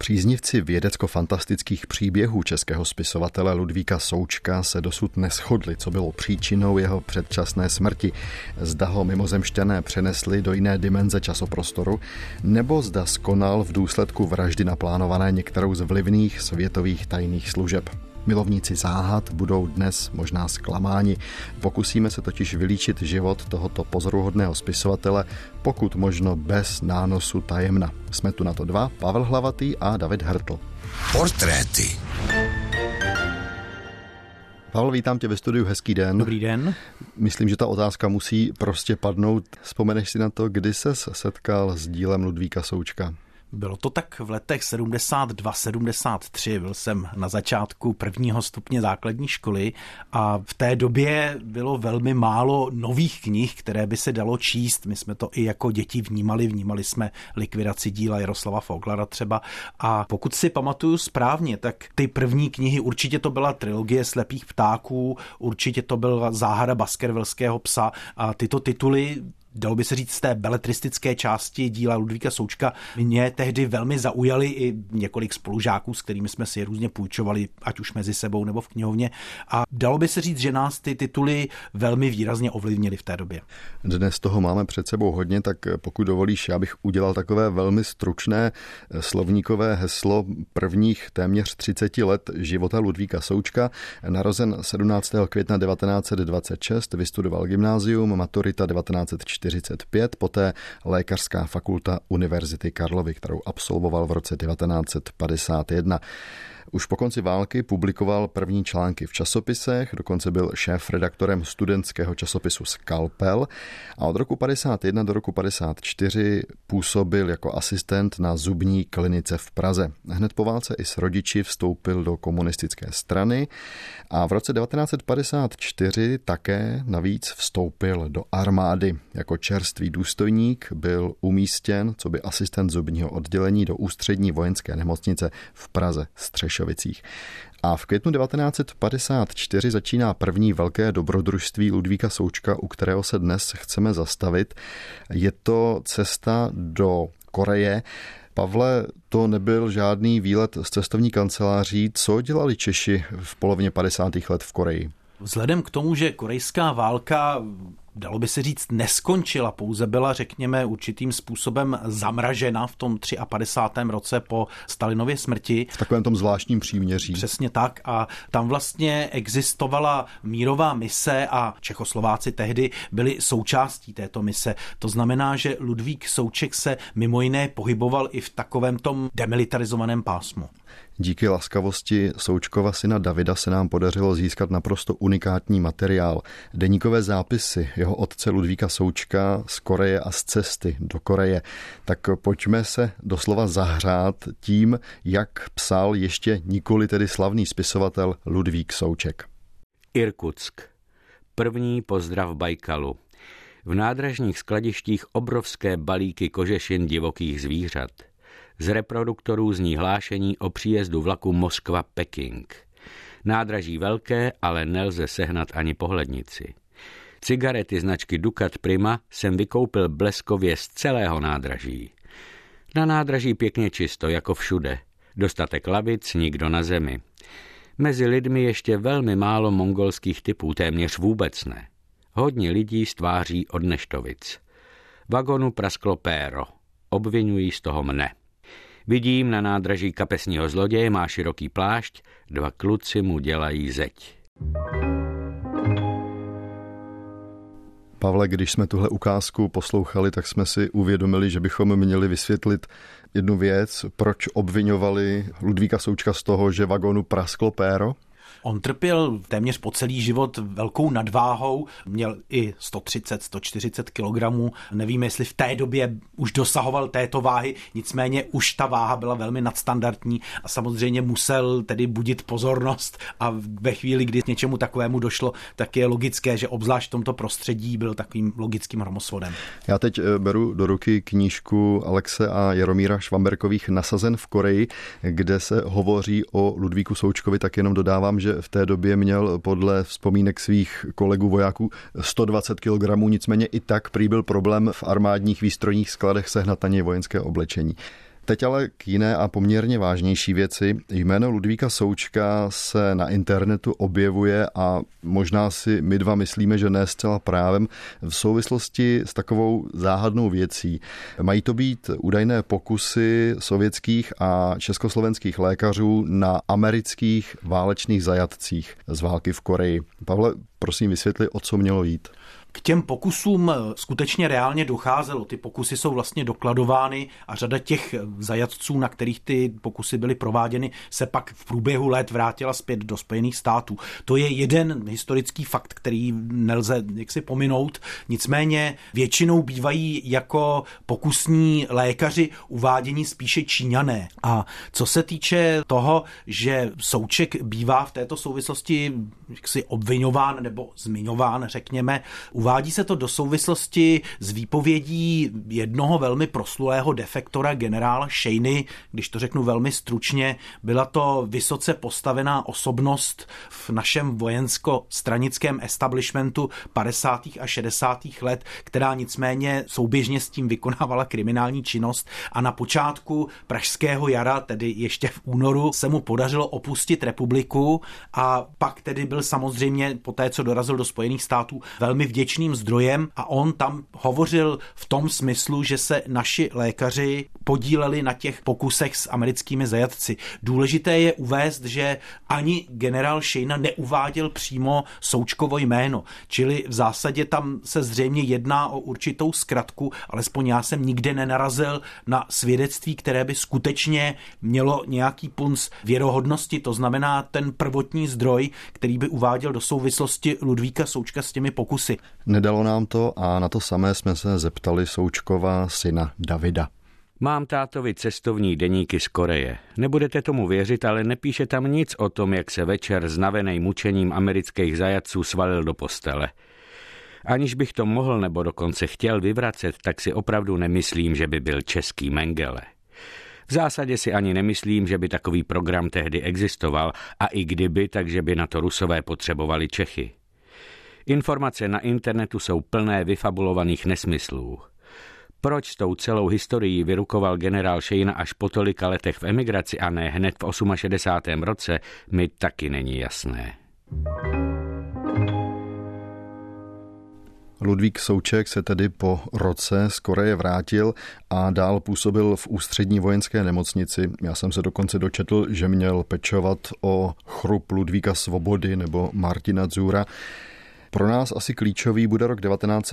Příznivci vědecko-fantastických příběhů českého spisovatele Ludvíka Součka se dosud neshodli, co bylo příčinou jeho předčasné smrti. Zda ho mimozemšťané přenesli do jiné dimenze časoprostoru, nebo zda skonal v důsledku vraždy naplánované některou z vlivných světových tajných služeb. Milovníci záhad budou dnes možná zklamáni. Pokusíme se totiž vylíčit život tohoto pozoruhodného spisovatele, pokud možno bez nánosu tajemna. Jsme tu na to dva, Pavel Hlavatý a David Hertl. Portréty. Pavel, vítám tě ve studiu, hezký den. Dobrý den. Myslím, že ta otázka musí prostě padnout. Vzpomeneš si na to, kdy ses setkal s dílem Ludvíka Součka? Bylo to tak v letech 72-73, byl jsem na začátku prvního stupně základní školy a v té době bylo velmi málo nových knih, které by se dalo číst. My jsme to i jako děti vnímali jsme likvidaci díla Jaroslava Foglara třeba a pokud si pamatuju správně, tak ty první knihy, určitě to byla trilogie Slepých ptáků, určitě to byla Záhada Baskervillského psa a tyto tituly, dalo by se říct, z té beletristické části díla Ludvíka Součka mě tehdy velmi zaujaly i několik spolužáků, s kterými jsme si je různě půjčovali, ať už mezi sebou nebo v knihovně. A dalo by se říct, že nás ty tituly velmi výrazně ovlivnily v té době. Dnes toho máme před sebou hodně, tak pokud dovolíš, já bych udělal takové velmi stručné slovníkové heslo prvních téměř 30 let života Ludvíka Součka. Narozen 17. května 1926, vystudoval gymnázium, maturita 1945, poté Lékařská fakulta Univerzity Karlovy, kterou absolvoval v roce 1951. Už po konci války publikoval první články v časopisech, dokonce byl šéfredaktorem studentského časopisu Skalpel a od roku 51 do roku 54 působil jako asistent na zubní klinice v Praze. Hned po válce i s rodiči vstoupil do komunistické strany a v roce 1954 také navíc vstoupil do armády. Jako čerstvý důstojník byl umístěn coby asistent zubního oddělení do ústřední vojenské nemocnice v Praze Střešovicích. A v květnu 1954 začíná první velké dobrodružství Ludvíka Součka, u kterého se dnes chceme zastavit. Je to cesta do Koreje. Pavle, to nebyl žádný výlet z cestovní kanceláří. Co dělali Češi v polovině 50. let v Koreji? Vzhledem k tomu, že korejská válka, dalo by se říct, neskončila, pouze byla, řekněme, určitým způsobem zamražena v tom 53. roce po Stalinově smrti. V takovém tom zvláštním příměří. Přesně tak a tam vlastně existovala mírová mise a Čechoslováci tehdy byli součástí této mise. To znamená, že Ludvík Souček se mimo jiné pohyboval i v takovém tom demilitarizovaném pásmu. Díky laskavosti Součkova syna Davida se nám podařilo získat naprosto unikátní materiál. Deníkové zápisy jeho otce Ludvíka Součka z Koreje a z cesty do Koreje. Tak pojďme se doslova zahřát tím, jak psal ještě nikoli tedy slavný spisovatel Ludvík Souček. Irkutsk. První pozdrav Bajkalu. V nádražních skladištích obrovské balíky kožešin divokých zvířat. Z reproduktorů zní hlášení o příjezdu vlaku Moskva-Peking. Nádraží velké, ale nelze sehnat ani pohlednici. Cigarety značky Ducat Prima jsem vykoupil bleskově z celého nádraží. Na nádraží pěkně čisto, jako všude. Dostatek lavic, nikdo na zemi. Mezi lidmi ještě velmi málo mongolských typů, téměř vůbec ne. Hodně lidí z tváří od neštovic. Vagonu prasklo péro. Obvinují z toho mne. Vidím na nádraží kapesního zloděje, má široký plášť, dva kluci mu dělají zeď. Pavle, když jsme tuhle ukázku poslouchali, tak jsme si uvědomili, že bychom měli vysvětlit jednu věc, proč obviňovali Ludvíka Součka z toho, že vagonu prasklo péro. On trpěl téměř po celý život velkou nadváhou, měl i 130-140 kg. Nevíme, jestli v té době už dosahoval této váhy, nicméně už ta váha byla velmi nadstandardní a samozřejmě musel tedy budit pozornost a ve chvíli, kdy k něčemu takovému došlo, tak je logické, že obzvlášť v tomto prostředí byl takovým logickým hromosvodem. Já teď beru do ruky knížku Alexe a Jaromíra Švamberkových Nasazen v Koreji, kde se hovoří o Ludvíku Součkovi, tak jenom dodávám, že v té době měl podle vzpomínek svých kolegů vojáků 120 kg, nicméně i tak prý byl problém v armádních výstrojních skladech sehnat na něj vojenské oblečení. Teď ale k jiné a poměrně vážnější věci. Jméno Ludvíka Součka se na internetu objevuje a možná si my dva myslíme, že ne zcela právem, v souvislosti s takovou záhadnou věcí. Mají to být údajné pokusy sovětských a československých lékařů na amerických válečných zajatcích z války v Koreji. Pavle, prosím vysvětli, o co mělo jít. K těm pokusům skutečně reálně docházelo. Ty pokusy jsou vlastně dokladovány a řada těch zajatců, na kterých ty pokusy byly prováděny, se pak v průběhu let vrátila zpět do Spojených států. To je jeden historický fakt, který nelze jaksi pominout. Nicméně většinou bývají jako pokusní lékaři uváděni spíše Číňané. A co se týče toho, že Souček bývá v této souvislosti jaksi obviňován nebo zmiňován, řekněme, uvádí se to do souvislosti s výpovědí jednoho velmi proslulého defektora generála Shaney, když to řeknu velmi stručně, byla to vysoce postavená osobnost v našem vojensko-stranickém establishmentu 50. a 60. let, která nicméně souběžně s tím vykonávala kriminální činnost a na počátku pražského jara, tedy ještě v únoru, se mu podařilo opustit republiku a pak tedy byl samozřejmě po té, co dorazil do Spojených států, velmi vděčným zdrojem a on tam hovořil v tom smyslu, že se naši lékaři podíleli na těch pokusech s americkými zajatci. Důležité je uvést, že ani generál Shaney neuváděl přímo Součkovo jméno, čili v zásadě tam se zřejmě jedná o určitou zkratku, alespoň já jsem nikde nenarazil na svědectví, které by skutečně mělo nějaký punc věrohodnosti, to znamená ten prvotní zdroj, který by uváděl do souvislosti Ludvíka Součka s těmi pokusy. Nedalo nám to a na to samé jsme se zeptali Součkova syna Davida. Mám tátovi cestovní deníky z Koreje. Nebudete tomu věřit, ale nepíše tam nic o tom, jak se večer znavenej mučením amerických zajatců svalil do postele. Aniž bych to mohl nebo dokonce chtěl vyvracet, tak si opravdu nemyslím, že by byl český Mengele. V zásadě si ani nemyslím, že by takový program tehdy existoval a i kdyby, takže by na to Rusové potřebovali Čechy. Informace na internetu jsou plné vyfabulovaných nesmyslů. Proč s tou celou historií vyrukoval generál Shaney až po tolika letech v emigraci a ne hned v 68. roce, mi taky není jasné. Ludvík Souček se tedy po roce z Koreje vrátil a dál působil v ústřední vojenské nemocnici. Já jsem se dokonce dočetl, že měl pečovat o chrup Ludvíka Svobody nebo Martina Dzura. Pro nás asi klíčový bude rok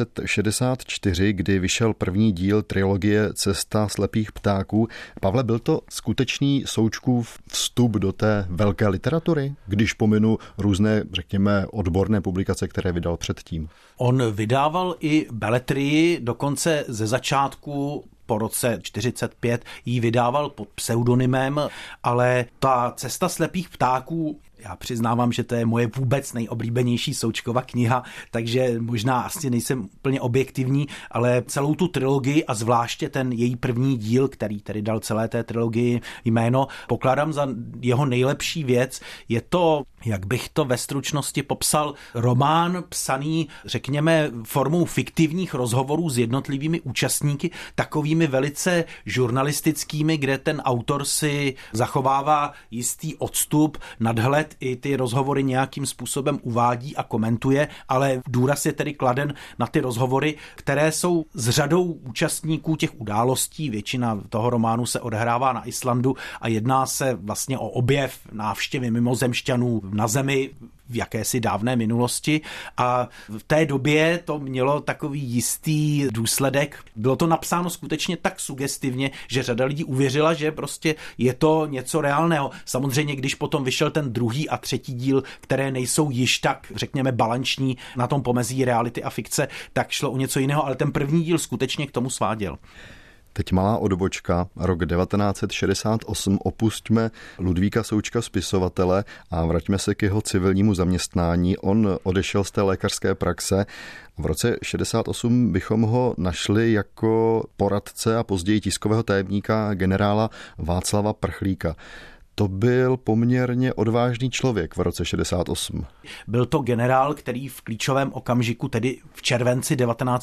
1964, kdy vyšel první díl trilogie Cesta slepých ptáků. Pavle, byl to skutečný Součkův vstup do té velké literatury, když pominu různé, řekněme, odborné publikace, které vydal předtím? On vydával i beletrii, dokonce ze začátku po roce 45 ji vydával pod pseudonymem, ale ta Cesta slepých ptáků, já přiznávám, že to je moje vůbec nejoblíbenější Součkova kniha, takže možná asi nejsem úplně objektivní, ale celou tu trilogii a zvláště ten její první díl, který tedy dal celé té trilogii jméno, pokládám za jeho nejlepší věc. Je to, jak bych to ve stručnosti popsal, román psaný, řekněme, formou fiktivních rozhovorů s jednotlivými účastníky, takovými velice žurnalistickými, kde ten autor si zachovává jistý odstup, nadhled, i ty rozhovory nějakým způsobem uvádí a komentuje, ale důraz je tedy kladen na ty rozhovory, které jsou s řadou účastníků těch událostí. Většina toho románu se odehrává na Islandu a jedná se vlastně o objev návštěvy mimozemšťanů na Zemi v jakési dávné minulosti a v té době to mělo takový jistý důsledek. Bylo to napsáno skutečně tak sugestivně, že řada lidí uvěřila, že prostě je to něco reálného. Samozřejmě, když potom vyšel ten druhý a třetí díl, které nejsou již tak, řekněme, balanční na tom pomezí reality a fikce, tak šlo o něco jiného, ale ten první díl skutečně k tomu sváděl. Teď malá odbočka, rok 1968, opustíme Ludvíka Součka spisovatele a vraťme se k jeho civilnímu zaměstnání. On odešel z té lékařské praxe. V roce 68 bychom ho našli jako poradce a později tiskového tajemníka generála Václava Prchlíka. to byl poměrně odvážný člověk v roce 68. Byl to generál, který v klíčovém okamžiku, tedy v červenci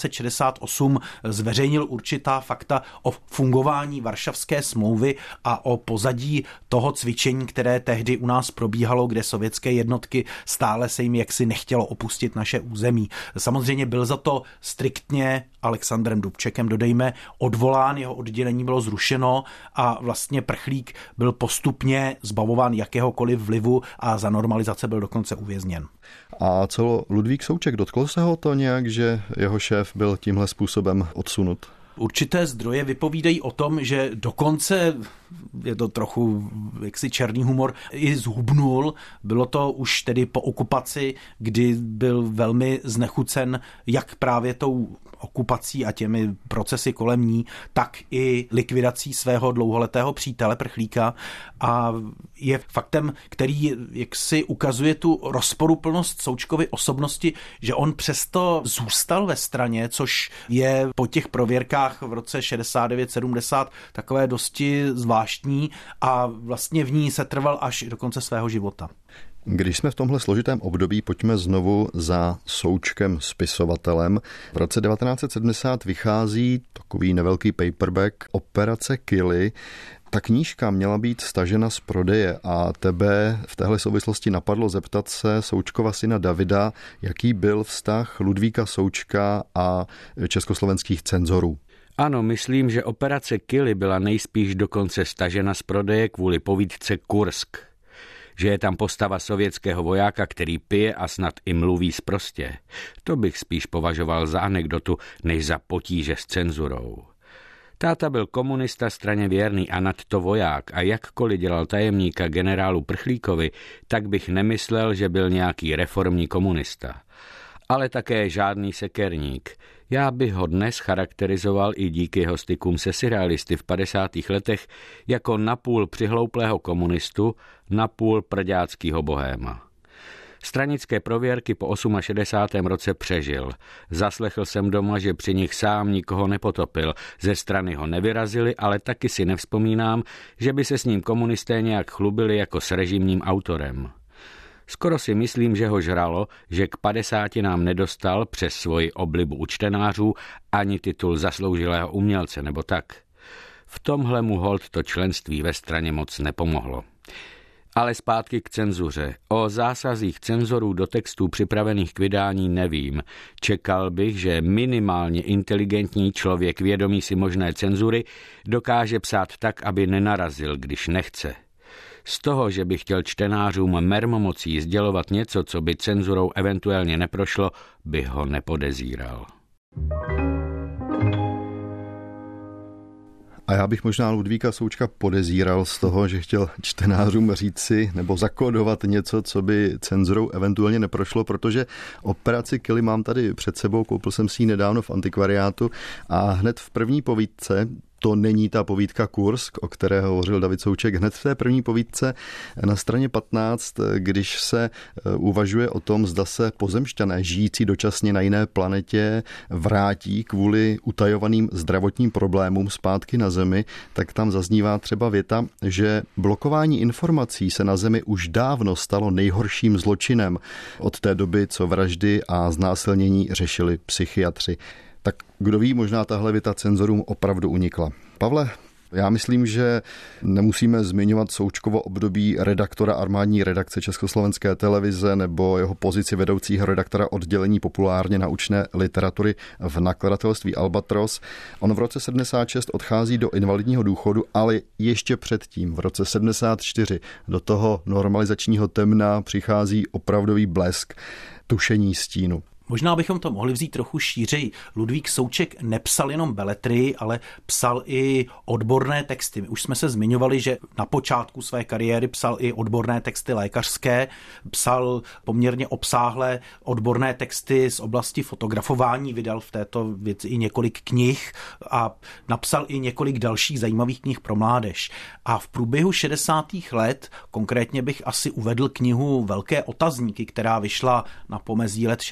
1968, zveřejnil určitá fakta o fungování Varšavské smlouvy a o pozadí toho cvičení, které tehdy u nás probíhalo, kde sovětské jednotky stále se jim jaksi nechtělo opustit naše území. Samozřejmě byl za to striktně Alexandrem Dubčekem, dodejme, odvolán, jeho oddělení bylo zrušeno a vlastně Prchlík byl postupně zbavován jakéhokoliv vlivu a za normalizace byl dokonce uvězněn. A co Ludvík Souček, dotklo se ho to nějak, že jeho šéf byl tímhle způsobem odsunut? Určité zdroje vypovídají o tom, že dokonce, je to trochu jaksi černý humor, i zhubnul. Bylo to už tedy po okupaci, kdy byl velmi znechucen jak právě tou okupací a těmi procesy kolem ní, tak i likvidací svého dlouholetého přítele Prchlíka a je faktem, který jaksi ukazuje tu rozporuplnost Součkovy osobnosti, že on přesto zůstal ve straně, což je po těch prověrkách v roce 69-70 takové dosti zvláštní a vlastně v ní se trval až do konce svého života. Když jsme v tomhle složitém období, pojďme znovu za Součkem spisovatelem. V roce 1970 vychází takový nevelký paperback Operace Kily. Ta knížka měla být stažena z prodeje a tebe v téhle souvislosti napadlo zeptat se Součkova syna Davida, jaký byl vztah Ludvíka Součka a československých cenzorů. Ano, myslím, že Operace Kily byla nejspíš dokonce stažena z prodeje kvůli povídce Kursk. Že je tam postava sovětského vojáka, který pije a snad i mluví sprostě. To bych spíš považoval za anekdotu, než za potíže s cenzurou. Táta byl komunista straně věrný a nadto voják a jakkoliv dělal tajemníka generálu Prchlíkovi, tak bych nemyslel, že byl nějaký reformní komunista. Ale také žádný sekerník. Já bych ho dnes charakterizoval i díky jeho stykům se surrealisty v 50. letech jako napůl přihlouplého komunistu, napůl prďáckýho bohéma. Stranické prověrky po 68. roce přežil. Zaslechl jsem doma, že při nich sám nikoho nepotopil. Ze strany ho nevyrazili, ale taky si nevzpomínám, že by se s ním komunisté nějak chlubili jako s režimním autorem. Skoro si myslím, že ho žralo, že k 50 nám nedostal přes svoji oblibu u čtenářů ani titul zasloužilého umělce nebo tak. V tomhle mu holt to členství ve straně moc nepomohlo. Ale zpátky k cenzuře. O zásazích cenzorů do textů připravených k vydání nevím. Čekal bych, že minimálně inteligentní člověk vědomý si možné cenzury dokáže psát tak, aby nenarazil, když nechce. Z toho, že by chtěl čtenářům mermomocí sdělovat něco, co by cenzurou eventuálně neprošlo, bych ho nepodezíral. A já bych možná Ludvíka Součka podezíral z toho, že chtěl čtenářům říci nebo zakódovat něco, co by cenzurou eventuálně neprošlo, protože Operaci Kily mám tady před sebou, koupil jsem si ji nedávno v antikvariátu a hned v první povídce, to není ta povídka Kursk, o které hovořil David Souček, hned v té první povídce na straně 15, když se uvažuje o tom, zda se pozemšťané žijící dočasně na jiné planetě vrátí kvůli utajovaným zdravotním problémům zpátky na Zemi, tak tam zaznívá třeba věta, že blokování informací se na Zemi už dávno stalo nejhorším zločinem od té doby, co vraždy a znásilnění řešili psychiatři. Tak kdo ví, možná tahle věta cenzorům opravdu unikla. Pavle, já myslím, že nemusíme zmiňovat Součkovo období redaktora armádní redakce Československé televize nebo jeho pozici vedoucího redaktora oddělení populárně naučné literatury v nakladatelství Albatros. On v roce 76 odchází do invalidního důchodu, ale ještě předtím, v roce 74, do toho normalizačního temna přichází opravdový blesk, tušení stínu. Možná bychom to mohli vzít trochu šířeji. Ludvík Souček nepsal jenom beletrii, ale psal i odborné texty. My už jsme se zmiňovali, že na počátku své kariéry psal i odborné texty lékařské, psal poměrně obsáhlé odborné texty z oblasti fotografování, vydal v této věci i několik knih a napsal i několik dalších zajímavých knih pro mládež. A v průběhu 60. let, konkrétně bych asi uvedl knihu Velké otazníky, která vyšla na pomezí let 67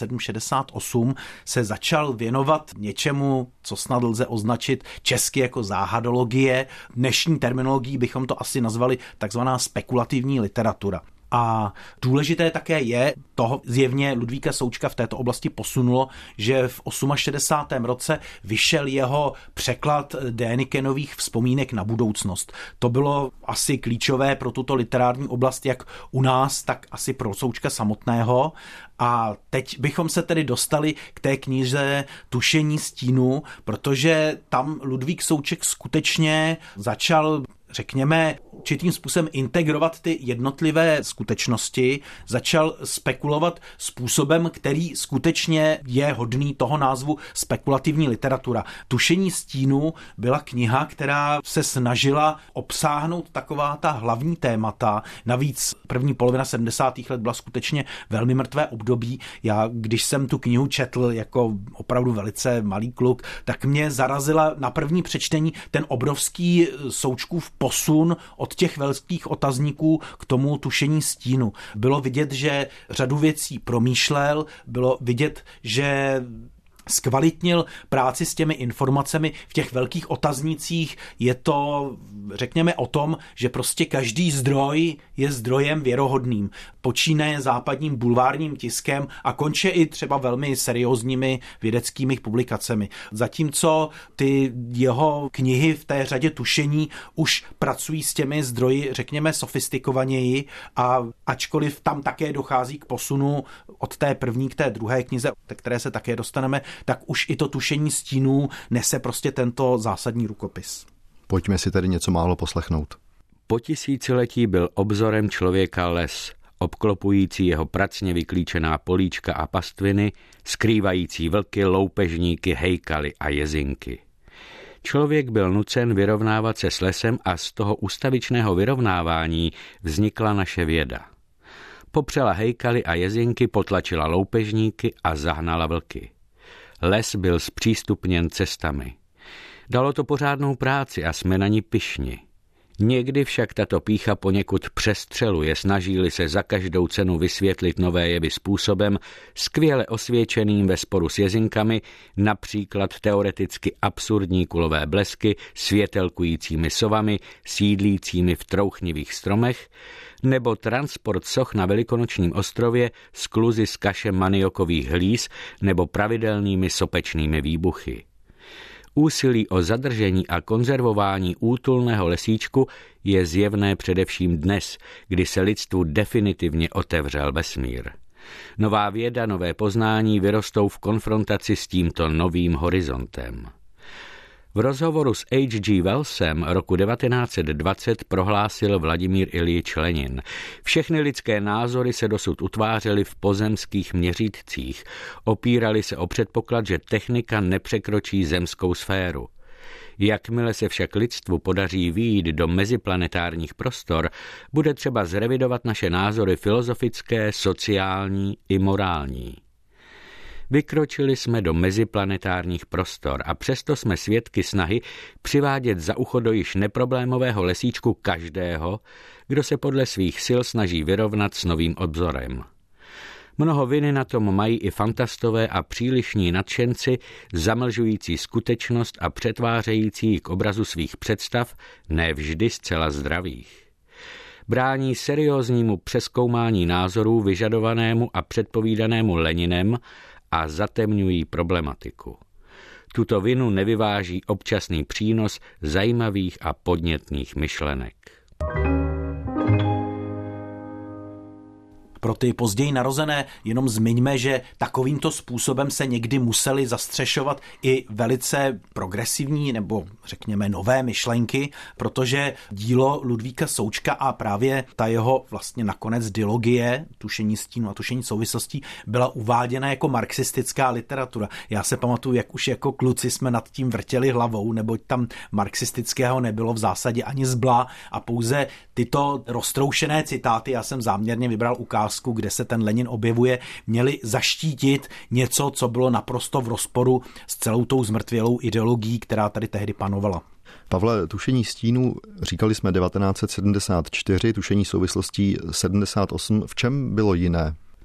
67-68 se začal věnovat něčemu, co snad lze označit česky jako záhadologie. Dnešní terminologií bychom to asi nazvali takzvaná spekulativní literatura. A důležité také je, toho zjevně Ludvíka Součka v této oblasti posunulo, že v 68. roce vyšel jeho překlad Dénikenových vzpomínek na budoucnost. To bylo asi klíčové pro tuto literární oblast, jak u nás, tak asi pro Součka samotného. A teď bychom se tedy dostali k té knize Tušení stínu, protože tam Ludvík Souček skutečně začal, řekněme, určitým způsobem integrovat ty jednotlivé skutečnosti, začal spekulovat způsobem, který skutečně je hodný toho názvu spekulativní literatura. Tušení stínu byla kniha, která se snažila obsáhnout taková ta hlavní témata. Navíc první polovina 70. let byla skutečně velmi mrtvé období. Já, když jsem tu knihu četl jako opravdu velice malý kluk, tak mě zarazila na první přečtení ten obrovský Součkův posun od těch velkých otazníků k tomu tušení stínu. Bylo vidět, že řadu věcí promýšlel, bylo vidět, že zkvalitnil práci s těmi informacemi v těch velkých otaznících. Je to, řekněme, o tom, že prostě každý zdroj je zdrojem věrohodným. Počínaje západním bulvárním tiskem a konče i třeba velmi seriózními vědeckými publikacemi. Zatímco ty jeho knihy v té řadě tušení už pracují s těmi zdroji, řekněme, sofistikovaněji, a ačkoliv tam také dochází k posunu od té první k té druhé knize, ke které se také dostaneme, tak už i to tušení stínů nese prostě tento zásadní rukopis. Pojďme si tedy něco málo poslechnout. Po tisíciletí byl obzorem člověka les, obklopující jeho pracně vyklíčená políčka a pastviny, skrývající vlky, loupežníky, hejkaly a jezinky. Člověk byl nucen vyrovnávat se s lesem a z toho ustavičného vyrovnávání vznikla naše věda. Popřela hejkaly a jezinky, potlačila loupežníky a zahnala vlky. Les byl zpřístupněn cestami. Dalo to pořádnou práci a jsme na ní pyšni. Někdy však tato pýcha poněkud přestřeluje, snaží-li se za každou cenu vysvětlit nové jevy způsobem, skvěle osvědčeným ve sporu s jezinkami, například teoreticky absurdní kulové blesky, světelkujícími sovami, sídlícími v trouchnivých stromech, nebo transport soch na Velikonočním ostrově, skluzy z kaše maniokových hlíz nebo pravidelnými sopečnými výbuchy. Úsilí o zadržení a konzervování útulného lesíčku je zjevné především dnes, kdy se lidstvu definitivně otevřel vesmír. Nová věda, nové poznání vyrostou v konfrontaci s tímto novým horizontem. V rozhovoru s H.G. Wellsem roku 1920 prohlásil Vladimír Iljič Lenin: všechny lidské názory se dosud utvářely v pozemských měřítcích, opírali se o předpoklad, že technika nepřekročí zemskou sféru. Jakmile se však lidstvu podaří vyjít do meziplanetárních prostor, bude třeba zrevidovat naše názory filozofické, sociální i morální. Vykročili jsme do meziplanetárních prostor a přesto jsme svědky snahy přivádět za ucho do již neproblémového lesíčku každého, kdo se podle svých sil snaží vyrovnat s novým obzorem. Mnoho viny na tom mají i fantastové a přílišní nadšenci, zamlžující skutečnost a přetvářející k obrazu svých představ, ne vždy zcela zdravých. Brání serióznímu přezkoumání názorů vyžadovanému a předpovídanému Leninem a zatemňují problematiku. Tuto vinu nevyváží občasný přínos zajímavých a podnětných myšlenek. Pro ty později narozené jenom zmiňme, že takovýmto způsobem se někdy museli zastřešovat i velice progresivní nebo řekněme nové myšlenky, protože dílo Ludvíka Součka a právě ta jeho vlastně nakonec dilogie, tušení stínu a tušení souvislostí, byla uváděna jako marxistická literatura. Já se pamatuju, jak už jako kluci jsme nad tím vrtěli hlavou, neboť tam marxistického nebylo v zásadě ani zbla a pouze tyto roztroušené citáty, já jsem záměrně vybral ukázku, kde se ten Lenin objevuje, měli zaštítit něco, co bylo naprosto v rozporu s celou tou zmrtvělou ideologií, která tady tehdy panovala. Pavle, tušení stínů, říkali jsme 1974, tušení souvislostí 78. V čem bylo jiné?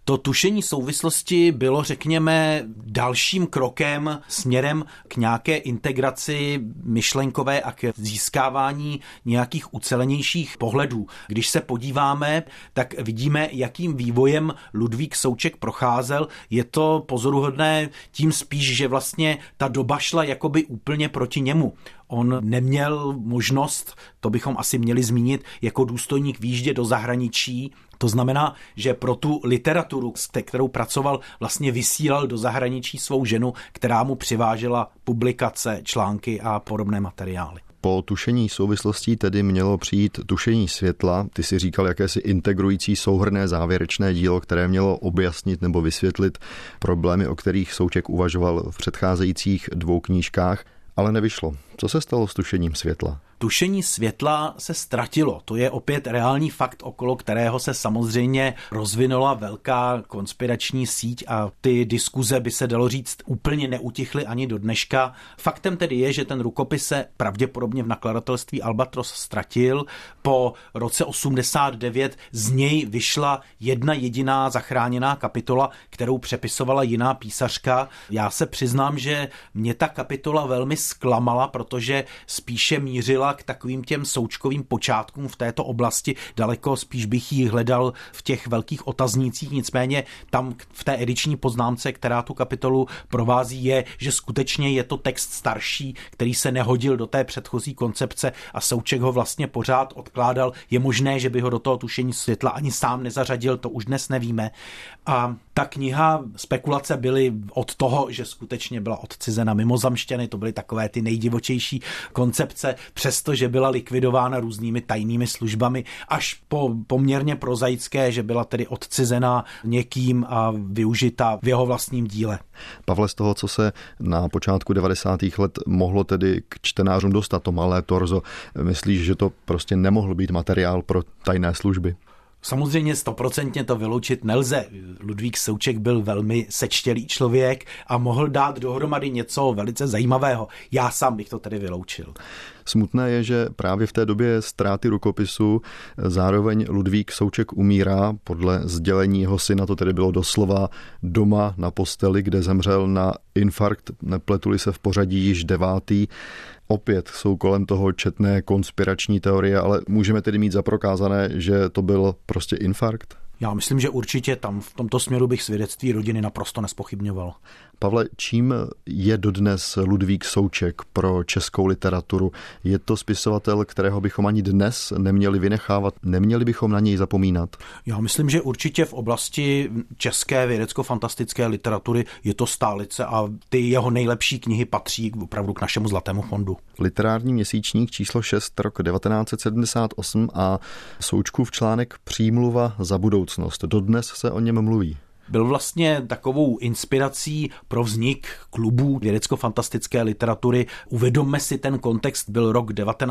To tušení souvislosti bylo, řekněme, dalším krokem směrem k nějaké integraci myšlenkové a k získávání nějakých ucelenějších pohledů. Když se podíváme, tak vidíme, jakým vývojem Ludvík Souček procházel. Je to pozoruhodné tím spíš, že vlastně ta doba šla jakoby úplně proti němu. On neměl možnost, to bychom asi měli zmínit, jako důstojník výjíždět do zahraničí. To znamená, že pro tu literaturu, s kterou pracoval, vlastně vysílal do zahraničí svou ženu, která mu přivážela publikace, články a podobné materiály. Po tušení souvislostí tedy mělo přijít tušení světla. Ty si říkal jakési integrující souhrnné závěrečné dílo, které mělo objasnit nebo vysvětlit problémy, o kterých Souček uvažoval v předcházejících 2 knížkách, ale nevyšlo. Co se stalo s tušením světla? Tušení světla se ztratilo. To je opět reálný fakt, okolo kterého se samozřejmě rozvinula velká konspirační síť a ty diskuze, by se dalo říct, úplně neutichly ani do dneška. Faktem tedy je, že ten rukopis se pravděpodobně v nakladatelství Albatros ztratil. Po roce 89 z něj vyšla jedna jediná zachráněná kapitola, kterou přepisovala jiná písařka. Já se přiznám, že mě ta kapitola velmi zklamala, protože spíše mířila k takovým těm součkovým počátkům v této oblasti. Daleko spíš bych ji hledal v těch velkých otaznících, nicméně tam v té ediční poznámce, která tu kapitolu provází, je, že skutečně je to text starší, který se nehodil do té předchozí koncepce a Souček ho vlastně pořád odkládal. Je možné, že by ho do toho tušení světla ani sám nezařadil, to už dnes nevíme. A ta kniha, spekulace byly od toho, že skutečně byla odcizena mimozemšťany, to byly takové ty nejdivočejší koncepce, přestože byla likvidována různými tajnými službami, až po poměrně prozaické, že byla tedy odcizená někým a využita v jeho vlastním díle. Pavle, z toho, co se na počátku 90. let mohlo tedy k čtenářům dostat, to malé torzo, myslíš, že to prostě nemohl být materiál pro tajné služby? Samozřejmě 100% to vyloučit nelze. Ludvík Souček byl velmi sečtělý člověk a mohl dát dohromady něco velice zajímavého. Já sám bych to tedy vyloučil. Smutné je, že právě v té době ztráty rukopisu zároveň Ludvík Souček umírá. Podle sdělení jeho syna to tedy bylo doslova doma na posteli, kde zemřel na infarkt, nepletuli se v pořadí již 9. Opět jsou kolem toho četné konspirační teorie, ale můžeme tedy mít zaprokázané, že to byl prostě infarkt? Já myslím, že určitě tam v tomto směru bych svědectví rodiny naprosto nespochybňoval. Pavle, čím je dodnes Ludvík Souček pro českou literaturu? Je to spisovatel, kterého bychom ani dnes neměli vynechávat, neměli bychom na něj zapomínat? Já myslím, že určitě v oblasti české vědecko-fantastické literatury je to stálice a ty jeho nejlepší knihy patří opravdu k našemu zlatému fondu. Literární měsíčník číslo 6, rok 1978 a Součkův článek Přímluva za budoucnost. Dodnes se o něm mluví. Byl vlastně takovou inspirací pro vznik klubů vědecko-fantastické literatury. Uvědomme si, ten kontext byl rok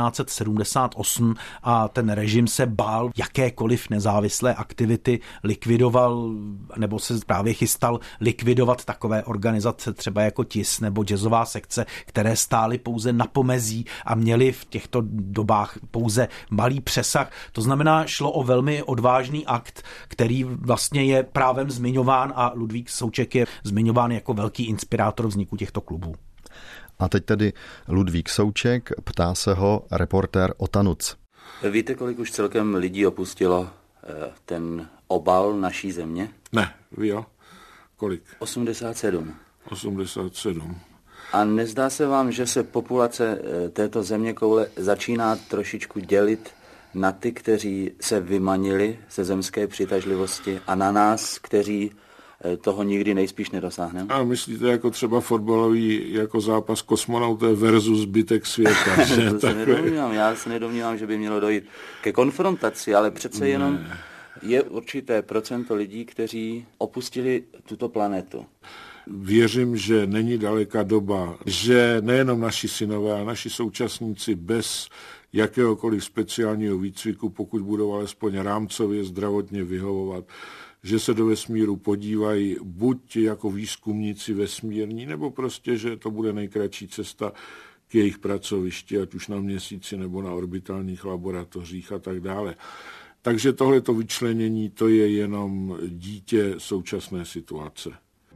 1978 a ten režim se bál jakékoliv nezávislé aktivity, likvidoval nebo se právě chystal likvidovat takové organizace třeba jako TIS nebo jazzová sekce, které stály pouze na pomezí a měly v těchto dobách pouze malý přesah. To znamená, šlo o velmi odvážný akt, který vlastně je právem zmiňován a Ludvík Souček je zmiňován jako velký inspirátor vzniku těchto klubů. A teď tedy Ludvík Souček, ptá se ho reportér Otanuc. Víte, kolik už celkem lidí opustilo ten obal naší země? Ne, vy jo? Kolik? 87. 87. A nezdá se vám, že se populace této zeměkoule začíná trošičku dělit na ty, kteří se vymanili ze zemské přitažlivosti a na nás, kteří toho nikdy nejspíš nedosáhneme? A myslíte jako třeba fotbalový jako zápas kosmonauté versus zbytek světa? Že? To se nedomnívám. Já se nedomnívám, že by mělo dojít ke konfrontaci, ale přece jenom je určité procento lidí, kteří opustili tuto planetu. Věřím, že není daleká doba, že nejenom naši synové, ale naši současníci bez jakéhokoliv speciálního výcviku, pokud budou alespoň rámcově zdravotně vyhovovat, že se do vesmíru podívají buď jako výzkumníci vesmírní, nebo prostě, že to bude nejkratší cesta k jejich pracovišti, ať už na Měsíci nebo na orbitálních laboratořích a tak dále. Takže tohleto vyčlenění, to je jenom dítě současné situace.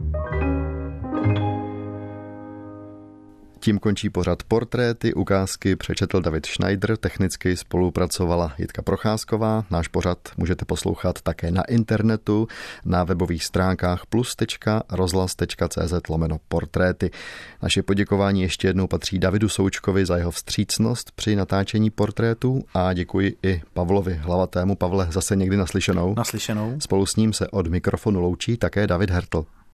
Tím končí pořad Portréty, ukázky přečetl David Schneider, technicky spolupracovala Jitka Procházková. Náš pořad můžete poslouchat také na internetu, na webových stránkách plus.rozhlas.cz/portréty. Naše poděkování ještě jednou patří Davidu Součkovi za jeho vstřícnost při natáčení portrétů a děkuji i Pavlovi Hlavatému. Pavle, zase někdy naslyšenou. Naslyšenou. Spolu s ním se od mikrofonu loučí také David Hertl.